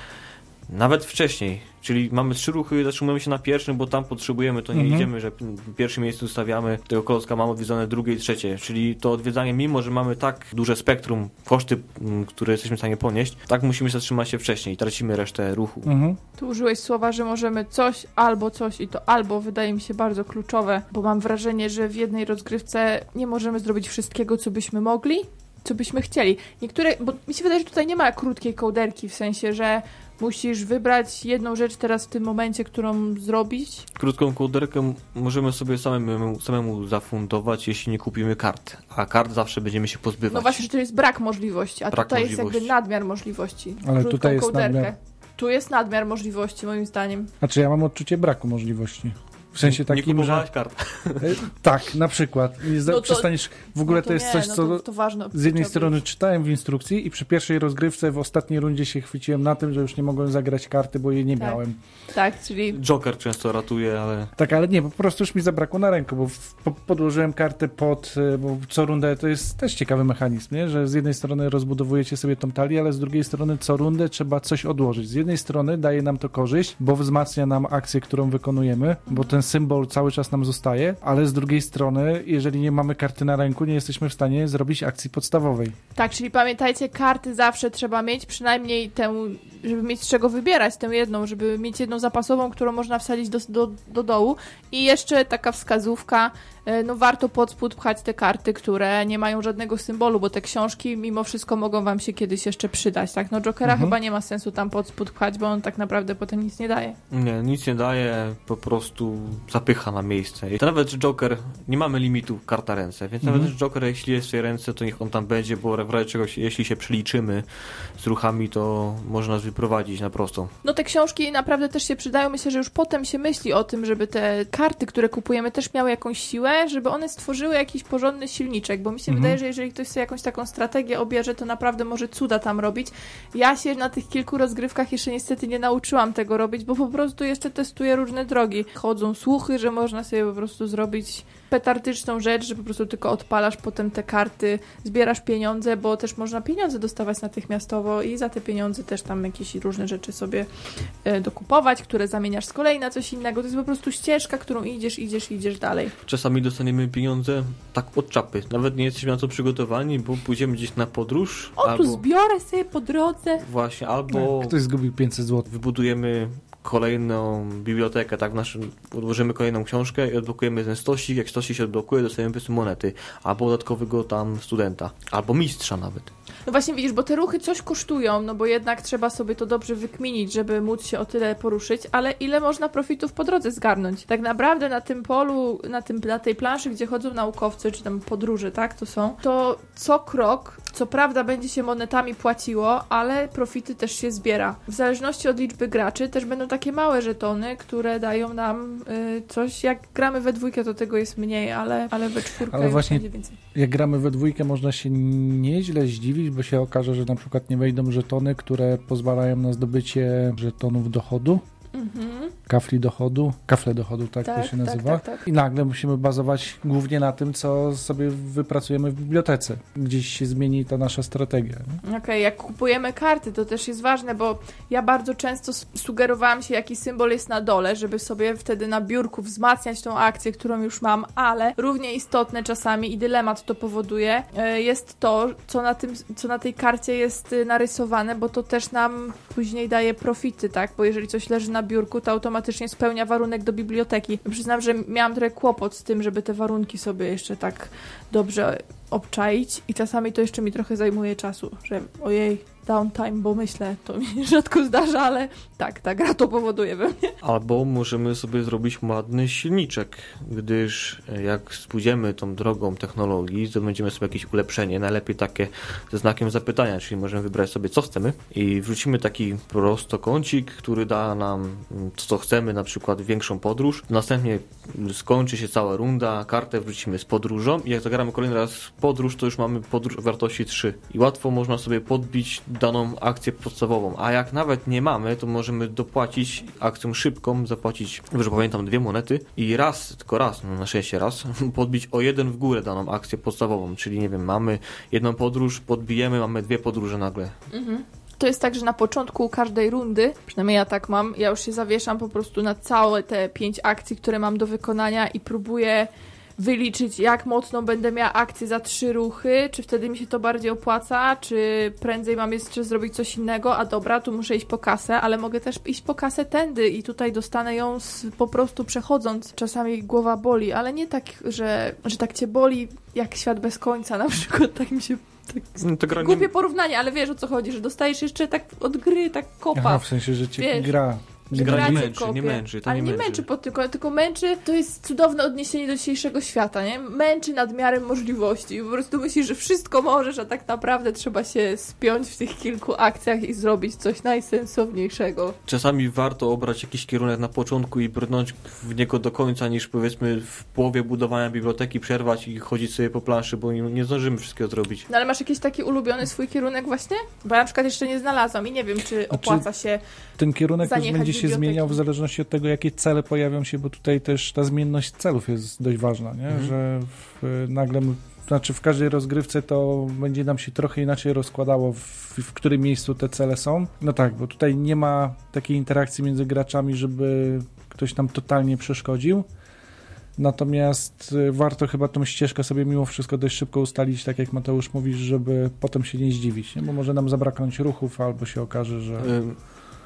Nawet wcześniej, czyli mamy trzy ruchy, zatrzymujemy się na pierwszym, bo tam potrzebujemy, to nie mhm. idziemy, że w pierwszym miejscu stawiamy tego klocka, mamy odwiedzone drugie i trzecie, czyli to odwiedzanie, mimo że mamy tak duże spektrum, koszty, które jesteśmy w stanie ponieść, tak musimy zatrzymać się wcześniej i tracimy resztę ruchu. Mhm. Tu użyłeś słowa, że możemy coś albo coś i to albo wydaje mi się bardzo kluczowe, bo mam wrażenie, że w jednej rozgrywce nie możemy zrobić wszystkiego, co byśmy mogli, co byśmy chcieli. Niektóre, bo mi się wydaje, że tutaj nie ma krótkiej kołderki, w sensie, że musisz wybrać jedną rzecz teraz w tym momencie, którą zrobić. Krótką kołderkę możemy sobie samemu, samemu zafundować, jeśli nie kupimy kart, a kart zawsze będziemy się pozbywać. No właśnie, że to jest brak możliwości, a brak tutaj możliwości. jest jakby nadmiar możliwości. Ale Krótką tutaj jest kołderkę. nadmiar. Tu jest nadmiar możliwości, moim zdaniem. Znaczy ja mam odczucie braku możliwości. W sensie takim, nie kupowałeś że... kart. Tak, na przykład. Nie zda... No to, przestaniesz... W ogóle no to, to jest nie, coś, no co... To, to ważne, z jednej strony czytałem w instrukcji i przy pierwszej rozgrywce w ostatniej rundzie się chwyciłem na tym, że już nie mogłem zagrać karty, bo jej nie tak. miałem. Tak, czyli... Joker często ratuje, ale... Tak, ale nie, po prostu już mi zabrakło na ręku, bo w, po, podłożyłem kartę pod... Bo co rundę to jest też ciekawy mechanizm, nie? Że z jednej strony rozbudowujecie sobie tą talię, ale z drugiej strony co rundę trzeba coś odłożyć. Z jednej strony daje nam to korzyść, bo wzmacnia nam akcję, którą wykonujemy, bo ten symbol cały czas nam zostaje, ale z drugiej strony, jeżeli nie mamy karty na ręku, nie jesteśmy w stanie zrobić akcji podstawowej. Tak, czyli pamiętajcie, karty zawsze trzeba mieć, przynajmniej tę, żeby mieć z czego wybierać, tę jedną, żeby mieć jedną zapasową, którą można wsadzić do, do, do dołu. I jeszcze taka wskazówka, no warto pod spód pchać te karty, które nie mają żadnego symbolu, bo te książki mimo wszystko mogą wam się kiedyś jeszcze przydać, tak? No Jokera mhm. chyba nie ma sensu tam pod spód pchać, bo on tak naprawdę potem nic nie daje. Nie, nic nie daje, po prostu zapycha na miejsce. I to nawet, że Joker, nie mamy limitu karta ręce, więc mhm. nawet, że Joker jeśli jest w tej ręce, to niech on tam będzie, bo w razie czegoś, jeśli się przeliczymy z ruchami, to można nas wyprowadzić na prostą. No te książki naprawdę też się przydają. Myślę, że już potem się myśli o tym, żeby te karty, które kupujemy, też miały jakąś siłę, żeby one stworzyły jakiś porządny silniczek, bo mi się mhm. wydaje, że jeżeli ktoś sobie jakąś taką strategię obierze, to naprawdę może cuda tam robić. Ja się na tych kilku rozgrywkach jeszcze niestety nie nauczyłam tego robić, bo po prostu jeszcze testuję różne drogi. Chodzą słuchy, że można sobie po prostu zrobić petardyczną rzecz, że po prostu tylko odpalasz potem te karty, zbierasz pieniądze, bo też można pieniądze dostawać natychmiastowo i za te pieniądze też tam jakieś różne rzeczy sobie e, dokupować, które zamieniasz z kolei na coś innego. To jest po prostu ścieżka, którą idziesz, idziesz, idziesz dalej. Czasami dostaniemy pieniądze tak od czapy. Nawet nie jesteśmy na to przygotowani, bo pójdziemy gdzieś na podróż. O, albo... tu zbiorę sobie po drodze. Właśnie, albo... Ktoś zgubił pięćset złotych. Wybudujemy kolejną bibliotekę, tak, w naszym, odłożymy kolejną książkę i odblokujemy ten stosik, jak stosik się odblokuje, dostajemy po prostu monety, albo dodatkowego tam studenta, albo mistrza nawet. No właśnie widzisz, bo te ruchy coś kosztują, no bo jednak trzeba sobie to dobrze wykminić, żeby móc się o tyle poruszyć, ale ile można profitów po drodze zgarnąć? Tak naprawdę na tym polu, na, tym, na tej planszy, gdzie chodzą naukowcy, czy tam podróże, tak, to są, to co krok, co prawda będzie się monetami płaciło, ale profity też się zbiera. W zależności od liczby graczy też będą takie małe żetony, które dają nam y, coś, jak gramy we dwójkę, to tego jest mniej, ale, ale we czwórkę ale właśnie będzie więcej. Jak gramy we dwójkę, można się nieźle zdziwić, bo się okaże, że na przykład nie wejdą żetony, które pozwalają na zdobycie żetonów dochodu. Mhm. kafli dochodu, kafle dochodu, tak, Tak, to się nazywa. tak, tak, tak. I nagle musimy bazować głównie na tym, co sobie wypracujemy w bibliotece. Gdzieś się zmieni ta nasza strategia. Okej, okay, jak kupujemy karty, to też jest ważne, bo ja bardzo często sugerowałam się, jaki symbol jest na dole, żeby sobie wtedy na biurku wzmacniać tą akcję, którą już mam, ale równie istotne czasami i dylemat to powoduje, jest to, co na tym, co na tej karcie jest narysowane, bo to też nam później daje profity, tak? Bo jeżeli coś leży na biurku, to automatycznie spełnia warunek do biblioteki. Przyznam, że miałam trochę kłopot z tym, żeby te warunki sobie jeszcze tak dobrze obczaić i czasami to jeszcze mi trochę zajmuje czasu, że ojej, downtime, bo myślę, to mi rzadko zdarza, ale tak, ta gra to powoduje we mnie. Albo możemy sobie zrobić ładny silniczek, gdyż jak pójdziemy tą drogą technologii, zdobędziemy sobie jakieś ulepszenie, najlepiej takie ze znakiem zapytania, czyli możemy wybrać sobie co chcemy i wrzucimy taki prostokącik, który da nam to, co chcemy, na przykład większą podróż. Następnie skończy się cała runda, kartę wrzucimy z podróżą i jak zagramy kolejny raz podróż, to już mamy podróż o wartości trzy i łatwo można sobie podbić daną akcję podstawową, a jak nawet nie mamy, to możemy dopłacić akcją szybką, zapłacić, że pamiętam, dwie monety i raz, tylko raz, no na szczęście raz, podbić o jeden w górę daną akcję podstawową, czyli nie wiem, mamy jedną podróż, podbijemy, mamy dwie podróże nagle. Mhm. To jest tak, że na początku każdej rundy, przynajmniej ja tak mam, ja już się zawieszam po prostu na całe te pięć akcji, które mam do wykonania i próbuję wyliczyć, jak mocno będę miała akcję za trzy ruchy, czy wtedy mi się to bardziej opłaca, czy prędzej mam jeszcze zrobić coś innego, a dobra, tu muszę iść po kasę, ale mogę też iść po kasę tędy i tutaj dostanę ją z, po prostu przechodząc. Czasami głowa boli, ale nie tak, że, że tak cię boli jak Świat bez końca na przykład, tak mi się... Tak, no to gra nie... Głupie porównanie, ale wiesz, o co chodzi, że dostajesz jeszcze tak od gry, tak kopa. Aha, w sensie, że cię wiesz, gra... Gra Gra nie cię męczy, kopie. nie męczy, to ale nie nie męczy. męczy pod tylko, tylko męczy, to jest cudowne odniesienie do dzisiejszego świata, nie? Męczy nadmiarem możliwości. Po prostu myślisz, że wszystko możesz, a tak naprawdę trzeba się spiąć w tych kilku akcjach i zrobić coś najsensowniejszego. Czasami warto obrać jakiś kierunek na początku i brnąć w niego do końca, niż powiedzmy w połowie budowania biblioteki przerwać i chodzić sobie po planszy, bo nie, nie zdążymy wszystkiego zrobić. No ale masz jakiś taki ulubiony swój kierunek właśnie? Bo ja na przykład jeszcze nie znalazłam i nie wiem, czy opłaca znaczy, się ten kierunek też będzie się biblioteki. zmieniał w zależności od tego, jakie cele pojawią się, bo tutaj też ta zmienność celów jest dość ważna, nie? Mhm. Że w, nagle, znaczy w każdej rozgrywce to będzie nam się trochę inaczej rozkładało, w, w którym miejscu te cele są. No tak, bo tutaj nie ma takiej interakcji między graczami, żeby ktoś nam totalnie przeszkodził. Natomiast warto chyba tą ścieżkę sobie mimo wszystko dość szybko ustalić, tak jak Mateusz mówisz, żeby potem się nie zdziwić, nie? Bo może nam zabraknąć ruchów, albo się okaże, że... Ym,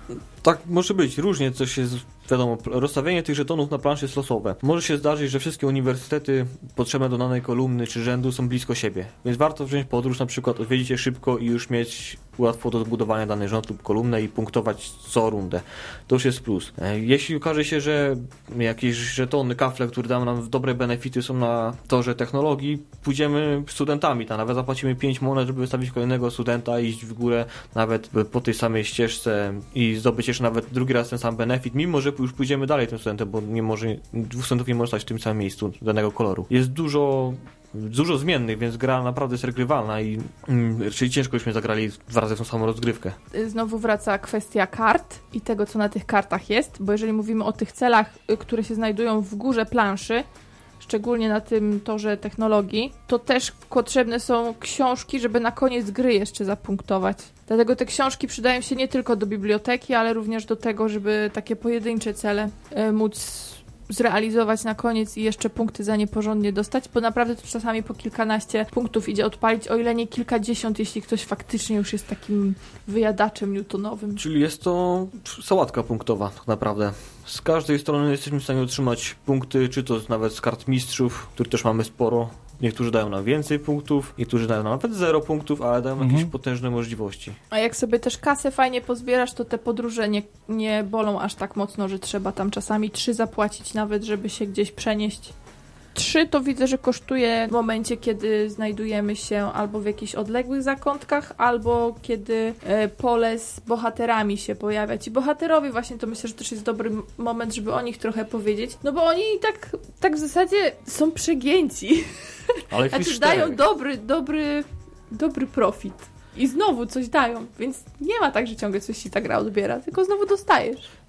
tak może być, różnie coś jest, wiadomo, rozstawienie tych żetonów na planszy jest losowe. Może się zdarzyć, że wszystkie uniwersytety potrzebne do danej kolumny czy rzędu są blisko siebie, więc warto wziąć podróż, na przykład odwiedzić je szybko i już mieć łatwo do zbudowania danej rząd lub kolumnę i punktować co rundę. To już jest plus. Jeśli okaże się, że jakieś żetony, kafle, które dają nam dobre benefity są na torze technologii, pójdziemy studentami, tam nawet zapłacimy pięć monet, żeby wystawić kolejnego studenta i iść w górę nawet po tej samej ścieżce i zdobyć jeszcze nawet drugi raz ten sam benefit, mimo że już pójdziemy dalej tym studentem, bo nie może, dwóch studentów nie może stać w tym samym miejscu danego koloru. Jest dużo dużo zmiennych, więc gra naprawdę jest regrywalna i mm, czyli ciężko byśmy zagrali dwa razy w tą samą rozgrywkę. Znowu wraca kwestia kart i tego, co na tych kartach jest, bo jeżeli mówimy o tych celach, które się znajdują w górze planszy, szczególnie na tym torze technologii, to też potrzebne są książki, żeby na koniec gry jeszcze zapunktować. Dlatego te książki przydają się nie tylko do biblioteki, ale również do tego, żeby takie pojedyncze cele y, móc zrealizować na koniec i jeszcze punkty za nie porządnie dostać, bo naprawdę to czasami po kilkanaście punktów idzie odpalić, o ile nie kilkadziesiąt, jeśli ktoś faktycznie już jest takim wyjadaczem newtonowym. Czyli jest to sałatka punktowa tak naprawdę. Z każdej strony jesteśmy w stanie otrzymać punkty, czy to nawet z kart mistrzów, których też mamy sporo. Niektórzy dają nam więcej punktów, niektórzy dają nam nawet zero punktów, ale dają mhm. jakieś potężne możliwości. A jak sobie też kasę fajnie pozbierasz, to te podróże nie, nie bolą aż tak mocno, że trzeba tam czasami trzy zapłacić nawet, żeby się gdzieś przenieść. Trzy to widzę, że kosztuje w momencie, kiedy znajdujemy się albo w jakichś odległych zakątkach, albo kiedy e, pole z bohaterami się pojawia. Ci bohaterowie właśnie to myślę, że też jest dobry moment, żeby o nich trochę powiedzieć, no bo oni tak, tak w zasadzie są przegięci. Ale znaczy dają dobry, dobry, dobry profit. I znowu coś dają, więc nie ma tak, że ciągle coś ci ta gra odbiera, tylko znowu dostajesz.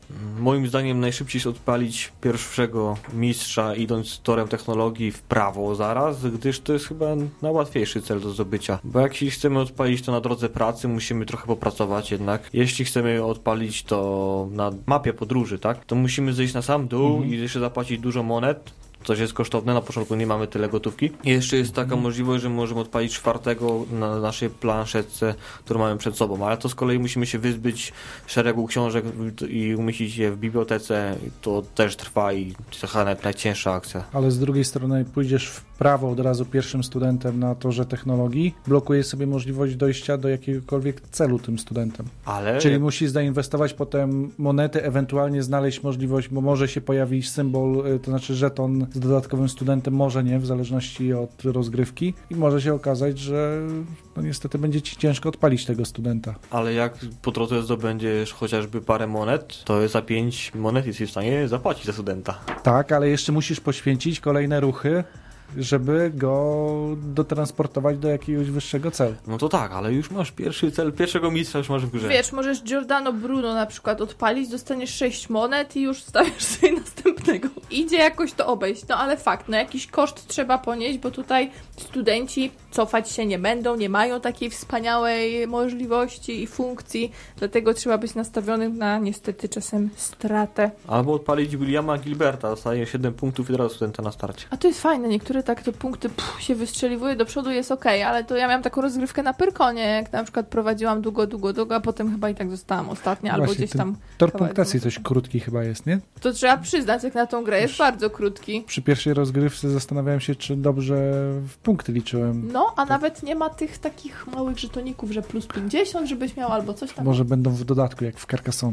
Moim zdaniem najszybciej jest odpalić pierwszego mistrza, idąc torem technologii w prawo zaraz, gdyż to jest chyba najłatwiejszy cel do zdobycia. Bo jak chcemy odpalić to na drodze pracy, musimy trochę popracować jednak. Jeśli chcemy odpalić to na mapie podróży, tak, to musimy zejść na sam dół mhm. i jeszcze zapłacić dużo monet. Coś jest kosztowne, na początku nie mamy tyle gotówki. I jeszcze jest taka mm. możliwość, że możemy odpalić czwartego na naszej planszetce, którą mamy przed sobą, ale to z kolei musimy się wyzbyć szeregu książek i umieścić je w bibliotece. To też trwa i to chyba nawet najcięższa akcja. Ale z drugiej strony pójdziesz w prawo od razu pierwszym studentem na torze technologii, blokuje sobie możliwość dojścia do jakiegokolwiek celu tym studentem. Ale... Czyli musi zainwestować potem monety, ewentualnie znaleźć możliwość, bo może się pojawić symbol, to znaczy żeton z dodatkowym studentem, może nie, w zależności od rozgrywki i może się okazać, że no niestety będzie ci ciężko odpalić tego studenta. Ale jak po drodze zdobędziesz chociażby parę monet, to za pięć monet jesteś w stanie zapłacić za studenta. Tak, ale jeszcze musisz poświęcić kolejne ruchy, żeby go dotransportować do jakiegoś wyższego celu. No to tak, ale już masz pierwszy cel, pierwszego mistrza już masz w grze. Wiesz, możesz Giordano Bruno na przykład odpalić, dostaniesz sześć monet i już stawiasz sobie następnego. Idzie jakoś to obejść, no ale fakt, no jakiś koszt trzeba ponieść, bo tutaj studenci cofać się nie będą, nie mają takiej wspaniałej możliwości i funkcji, dlatego trzeba być nastawionym na niestety czasem stratę. Albo odpalić Williama Gilberta, dostaje siedem punktów i teraz studenta na starcie. A to jest fajne, niektóre tak te punkty pff, się wystrzeliwuje do przodu, jest okej, okay, ale to ja miałam taką rozgrywkę na Pyrkonie, jak na przykład prowadziłam długo, długo, długo, a potem chyba i tak zostałam ostatnia, albo właśnie, gdzieś tam... Tor punktacji coś krótki chyba jest, nie? To trzeba przyznać, jak na tą grę jest bardzo krótki. Przy pierwszej rozgrywce zastanawiałem się, czy dobrze w punkty liczyłem. No, a tak. Nawet nie ma tych takich małych żetoników, że plus pięćdziesiąt, żebyś miał albo coś tam. Może będą w dodatku, jak w Carcassonne.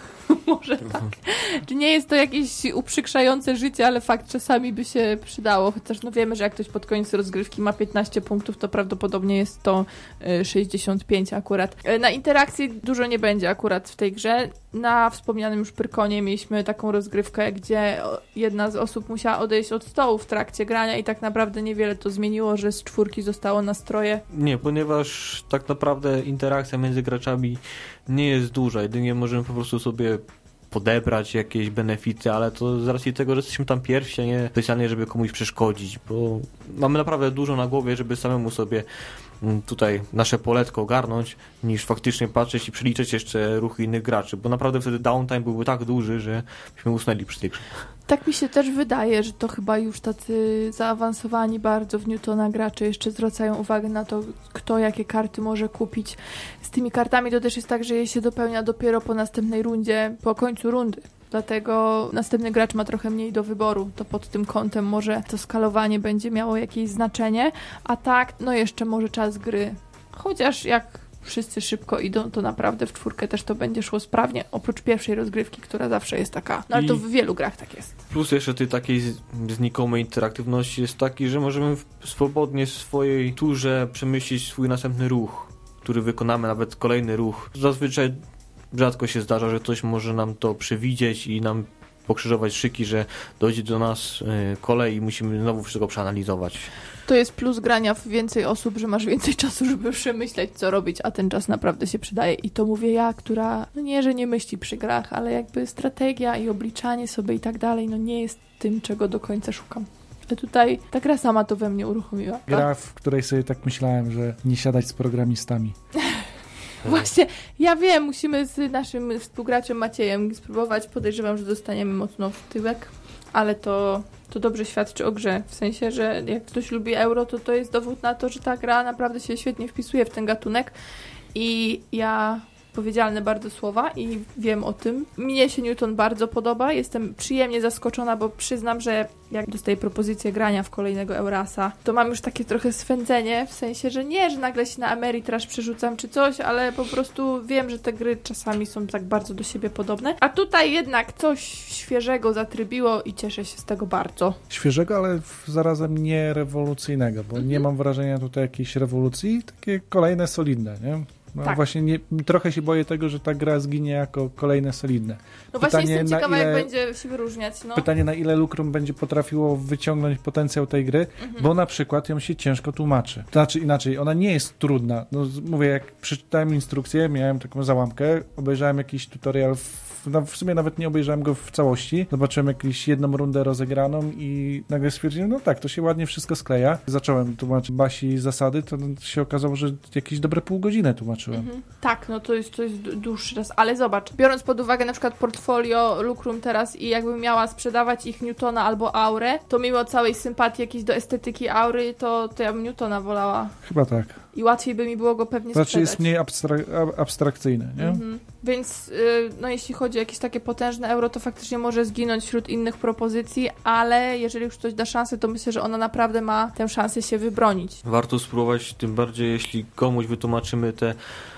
Może tak. Czy nie jest to jakieś uprzykrzające życie, ale fakt czasami by się przydało. Chociaż no wiemy, że jak ktoś pod koniec rozgrywki ma piętnaście punktów, to prawdopodobnie jest to sześćdziesiąt pięć akurat. Na interakcji dużo nie będzie akurat w tej grze. Na wspomnianym już Pyrkonie mieliśmy taką rozgrywkę, gdzie jedna z osób musiała odejść od stołu w trakcie grania i tak naprawdę niewiele to zmieniło, że z czwórki zostało nastroje. Nie, ponieważ tak naprawdę interakcja między graczami nie jest duża. Jedynie możemy po prostu sobie podebrać jakieś benefity, ale to z racji tego, że jesteśmy tam pierwsi, a nie specjalnie, żeby komuś przeszkodzić, bo mamy naprawdę dużo na głowie, żeby samemu sobie tutaj nasze poletko ogarnąć, niż faktycznie patrzeć i przeliczyć jeszcze ruchy innych graczy, bo naprawdę wtedy downtime byłby tak duży, że byśmy usnęli przy tej grze. Tak mi się też wydaje, że to chyba już tacy zaawansowani bardzo w Newtona gracze jeszcze zwracają uwagę na to, kto jakie karty może kupić. Z tymi kartami to też jest tak, że je się dopełnia dopiero po następnej rundzie, po końcu rundy. Dlatego następny gracz ma trochę mniej do wyboru. To pod tym kątem może to skalowanie będzie miało jakieś znaczenie. A tak, no jeszcze może czas gry. Chociaż jak wszyscy szybko idą, to naprawdę w czwórkę też to będzie szło sprawnie. Oprócz pierwszej rozgrywki, która zawsze jest taka... No ale I to w wielu grach tak jest. Plus jeszcze tej takiej znikomej interaktywności jest taki, że możemy swobodnie w swojej turze przemyśleć swój następny ruch, który wykonamy, nawet kolejny ruch. Zazwyczaj rzadko się zdarza, że ktoś może nam to przewidzieć i nam pokrzyżować szyki, że dojdzie do nas kolej i musimy znowu wszystko przeanalizować. To jest plus grania w więcej osób, że masz więcej czasu, żeby przemyśleć, co robić, a ten czas naprawdę się przydaje. I to mówię ja, która, no nie, że nie myśli przy grach, ale jakby strategia i obliczanie sobie i tak dalej, no nie jest tym, czego do końca szukam. Ale tutaj ta gra sama to we mnie uruchomiła. Gra, w której sobie tak myślałem, że nie siadać z programistami. Właśnie, ja wiem, musimy z naszym współgraczem Maciejem spróbować. Podejrzewam, że dostaniemy mocno w tyłek, ale to, to dobrze świadczy o grze. W sensie, że jak ktoś lubi euro, to to jest dowód na to, że ta gra naprawdę się świetnie wpisuje w ten gatunek. I ja... powiedzialne bardzo słowa i wiem o tym. Mnie się Newton bardzo podoba. Jestem przyjemnie zaskoczona, bo przyznam, że jak dostaję propozycję grania w kolejnego Eurasa, to mam już takie trochę swędzenie, w sensie, że nie, że nagle się na Ameritrash przerzucam czy coś, ale po prostu wiem, że te gry czasami są tak bardzo do siebie podobne. A tutaj jednak coś świeżego zatrybiło i cieszę się z tego bardzo. Świeżego, ale zarazem nie rewolucyjnego, bo mm-hmm. nie mam wrażenia tutaj jakiejś rewolucji, takie kolejne solidne, nie? No tak. Właśnie nie, trochę się boję tego, że ta gra zginie jako kolejne solidne. No pytanie, właśnie jestem ciekawa, ile, jak będzie się wyróżniać. No. Pytanie, na ile Lucrum będzie potrafiło wyciągnąć potencjał tej gry, mhm. bo na przykład ją się ciężko tłumaczy. To znaczy inaczej, ona nie jest trudna. No, mówię, jak przeczytałem instrukcję, miałem taką załamkę, obejrzałem jakiś tutorial w no, w sumie nawet nie obejrzałem go w całości. Zobaczyłem jakąś jedną rundę rozegraną i nagle stwierdziłem, no tak, to się ładnie wszystko skleja. Zacząłem tłumaczyć Basi zasady, to się okazało, że jakieś dobre pół godziny tłumaczyłem. Mhm. Tak, no to jest, to jest dłuższy czas, ale zobacz, biorąc pod uwagę na przykład portfolio Lucrum teraz i jakbym miała sprzedawać ich Newtona albo Aurę, to mimo całej sympatii jakiejś do estetyki Aury, to, to ja bym Newtona wolała. Chyba tak. I łatwiej by mi było go pewnie Znaczy sprzedać. jest mniej abstrak- abstrakcyjny, nie? Mhm. Więc yy, no jeśli chodzi o jakieś takie potężne euro, to faktycznie może zginąć wśród innych propozycji, ale jeżeli już ktoś da szansę, to myślę, że ona naprawdę ma tę szansę się wybronić. Warto spróbować, tym bardziej jeśli komuś wytłumaczymy te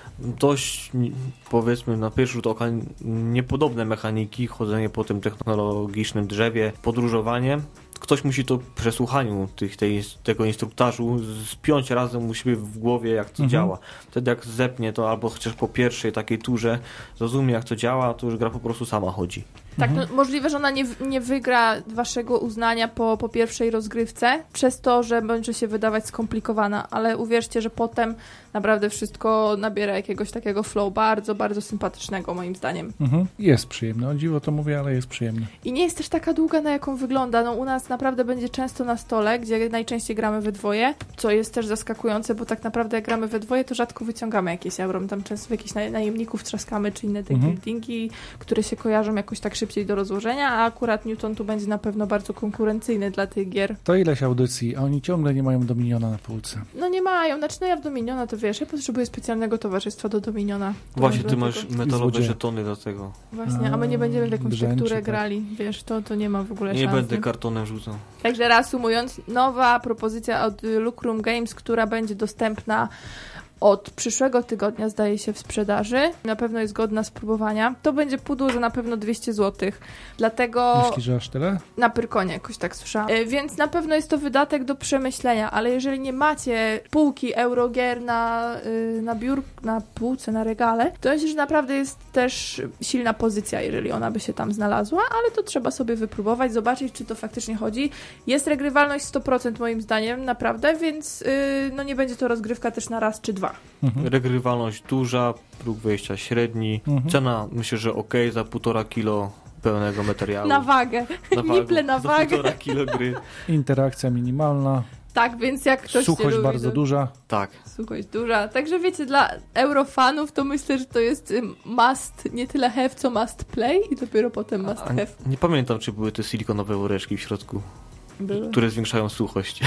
dość, powiedzmy, na pierwszy rzut oka niepodobne mechaniki, chodzenie po tym technologicznym drzewie, podróżowanie. Ktoś musi to w przesłuchaniu tych, tej, tego instruktażu spiąć razem u siebie w głowie, jak to mhm. działa. Wtedy jak zepnie to, albo chociaż po pierwszej takiej turze zrozumie, jak to działa, to już gra po prostu sama chodzi. Tak, mhm. no, możliwe, że ona nie, nie wygra waszego uznania po, po pierwszej rozgrywce, przez to, że będzie się wydawać skomplikowana, ale uwierzcie, że potem naprawdę wszystko nabiera jakiegoś takiego flow bardzo, bardzo sympatycznego moim zdaniem. Mhm. Jest przyjemne, o dziwo to mówię, ale jest przyjemne. I nie jest też taka długa, na jaką wygląda. No u nas naprawdę będzie często na stole, gdzie najczęściej gramy we dwoje, co jest też zaskakujące, bo tak naprawdę jak gramy we dwoje, to rzadko wyciągamy jakieś euro. Tam często jakichś naj- najemników trzaskamy, czy inne te mhm. buildingi, które się kojarzą jakoś tak szybciej do rozłożenia, a akurat Newton tu będzie na pewno bardzo konkurencyjny dla tych gier. To ileś audycji, a oni ciągle nie mają Dominiona na półce. No nie mają, znaczy no ja w Dominiona to wiesz, ja potrzebuję specjalnego towarzystwa do Dominiona. Właśnie, ty tego. masz metalowe żetony do tego. Właśnie, a my nie będziemy w jakąś Brzęczy, tekturę tak. grali, wiesz, to, to nie ma w ogóle Nie szans. będę kartonem rzucał. Także reasumując, nowa propozycja od Lucrum Games, która będzie dostępna od przyszłego tygodnia, zdaje się, w sprzedaży. Na pewno jest godna spróbowania. To będzie pudło za na pewno dwieście złotych. Dlatego... Myślisz, że aż tyle? Na Pyrkonie jakoś tak słyszałam. E, więc na pewno jest to wydatek do przemyślenia, ale jeżeli nie macie półki Eurogier na, y, na biur, na półce, na regale, to myślę, że naprawdę jest też silna pozycja, jeżeli ona by się tam znalazła, ale to trzeba sobie wypróbować, zobaczyć, czy to faktycznie chodzi. Jest regrywalność sto procent moim zdaniem, naprawdę, więc y, no nie będzie to rozgrywka też na raz czy dwa. Mhm. Regrywalność duża, próg wejścia średni, mhm. cena myślę, że ok, za półtora kilo pełnego materiału. Na wagę. Na Niple na za wagę. półtora kilo gry. Interakcja minimalna. Tak, więc jak ktoś Suchość lubi, bardzo to... duża. Tak. Suchość duża. Także wiecie, dla eurofanów to myślę, że to jest must, nie tyle have, co must play i dopiero potem must A, have. nie pamiętam, czy były te silikonowe woreczki w środku, Były. które zwiększają suchość.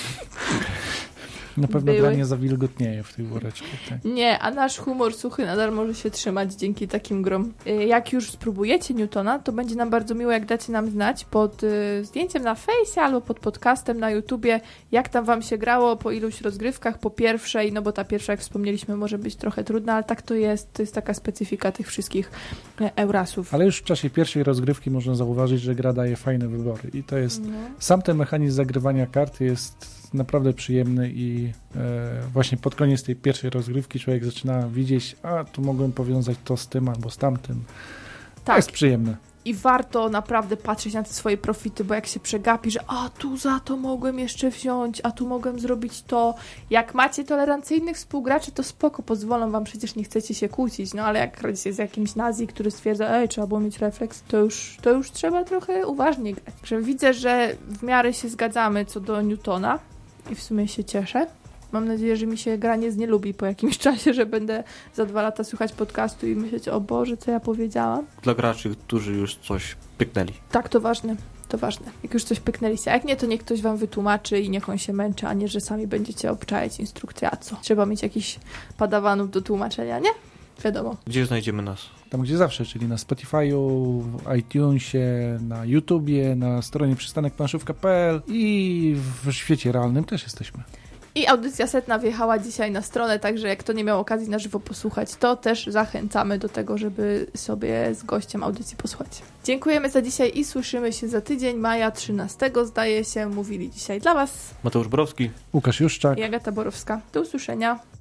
Na pewno Były. dla nie zawilgotnieje w tych woreczkach. Tak. Nie, a nasz humor suchy nadal może się trzymać dzięki takim grom. Jak już spróbujecie Newtona, to będzie nam bardzo miło, jak dacie nam znać pod y, zdjęciem na fejsie albo pod podcastem na YouTubie, jak tam wam się grało, po iluś rozgrywkach, po pierwszej, no bo ta pierwsza, jak wspomnieliśmy, może być trochę trudna, ale tak to jest, to jest taka specyfika tych wszystkich e, Eurasów. Ale już w czasie pierwszej rozgrywki można zauważyć, że gra daje fajne wybory i to jest, No. sam ten mechanizm zagrywania kart jest naprawdę przyjemny i e, właśnie pod koniec tej pierwszej rozgrywki człowiek zaczyna widzieć, a tu mogłem powiązać to z tym albo z tamtym. Tak. To jest przyjemne. I warto naprawdę patrzeć na te swoje profity, bo jak się przegapi, że a tu za to mogłem jeszcze wziąć, a tu mogłem zrobić to. Jak macie tolerancyjnych współgraczy, to spoko, pozwolą wam, przecież nie chcecie się kłócić, no ale jak gracie z jakimś nazi, który stwierdza, ej, trzeba było mieć refleks, to już, to już trzeba trochę uważnie grać. Także widzę, że w miarę się zgadzamy co do Newtona i w sumie się cieszę. Mam nadzieję, że mi się gra nie znielubi po jakimś czasie, że będę za dwa lata słuchać podcastu i myśleć, o Boże, co ja powiedziałam. Dla graczy, którzy już coś pyknęli. Tak, to ważne, to ważne. Jak już coś pyknęliście, a jak nie, to niech ktoś wam wytłumaczy i niech on się męczy, a nie, że sami będziecie obczajać instrukcję, a co? Trzeba mieć jakichś padawanów do tłumaczenia, nie? Wiadomo. Gdzie znajdziemy nas? Tam gdzie zawsze, czyli na Spotify'u, w iTunesie, na YouTubie, na stronie przystanek planszówka kropka p l i w świecie realnym też jesteśmy. I audycja setna wjechała dzisiaj na stronę, także jak kto nie miał okazji na żywo posłuchać, to też zachęcamy do tego, żeby sobie z gościem audycji posłuchać. Dziękujemy za dzisiaj i słyszymy się za tydzień, maja trzynastego, zdaje się, mówili dzisiaj dla Was Mateusz Borowski. Łukasz Juszczak. i Agata Borowska. Do usłyszenia.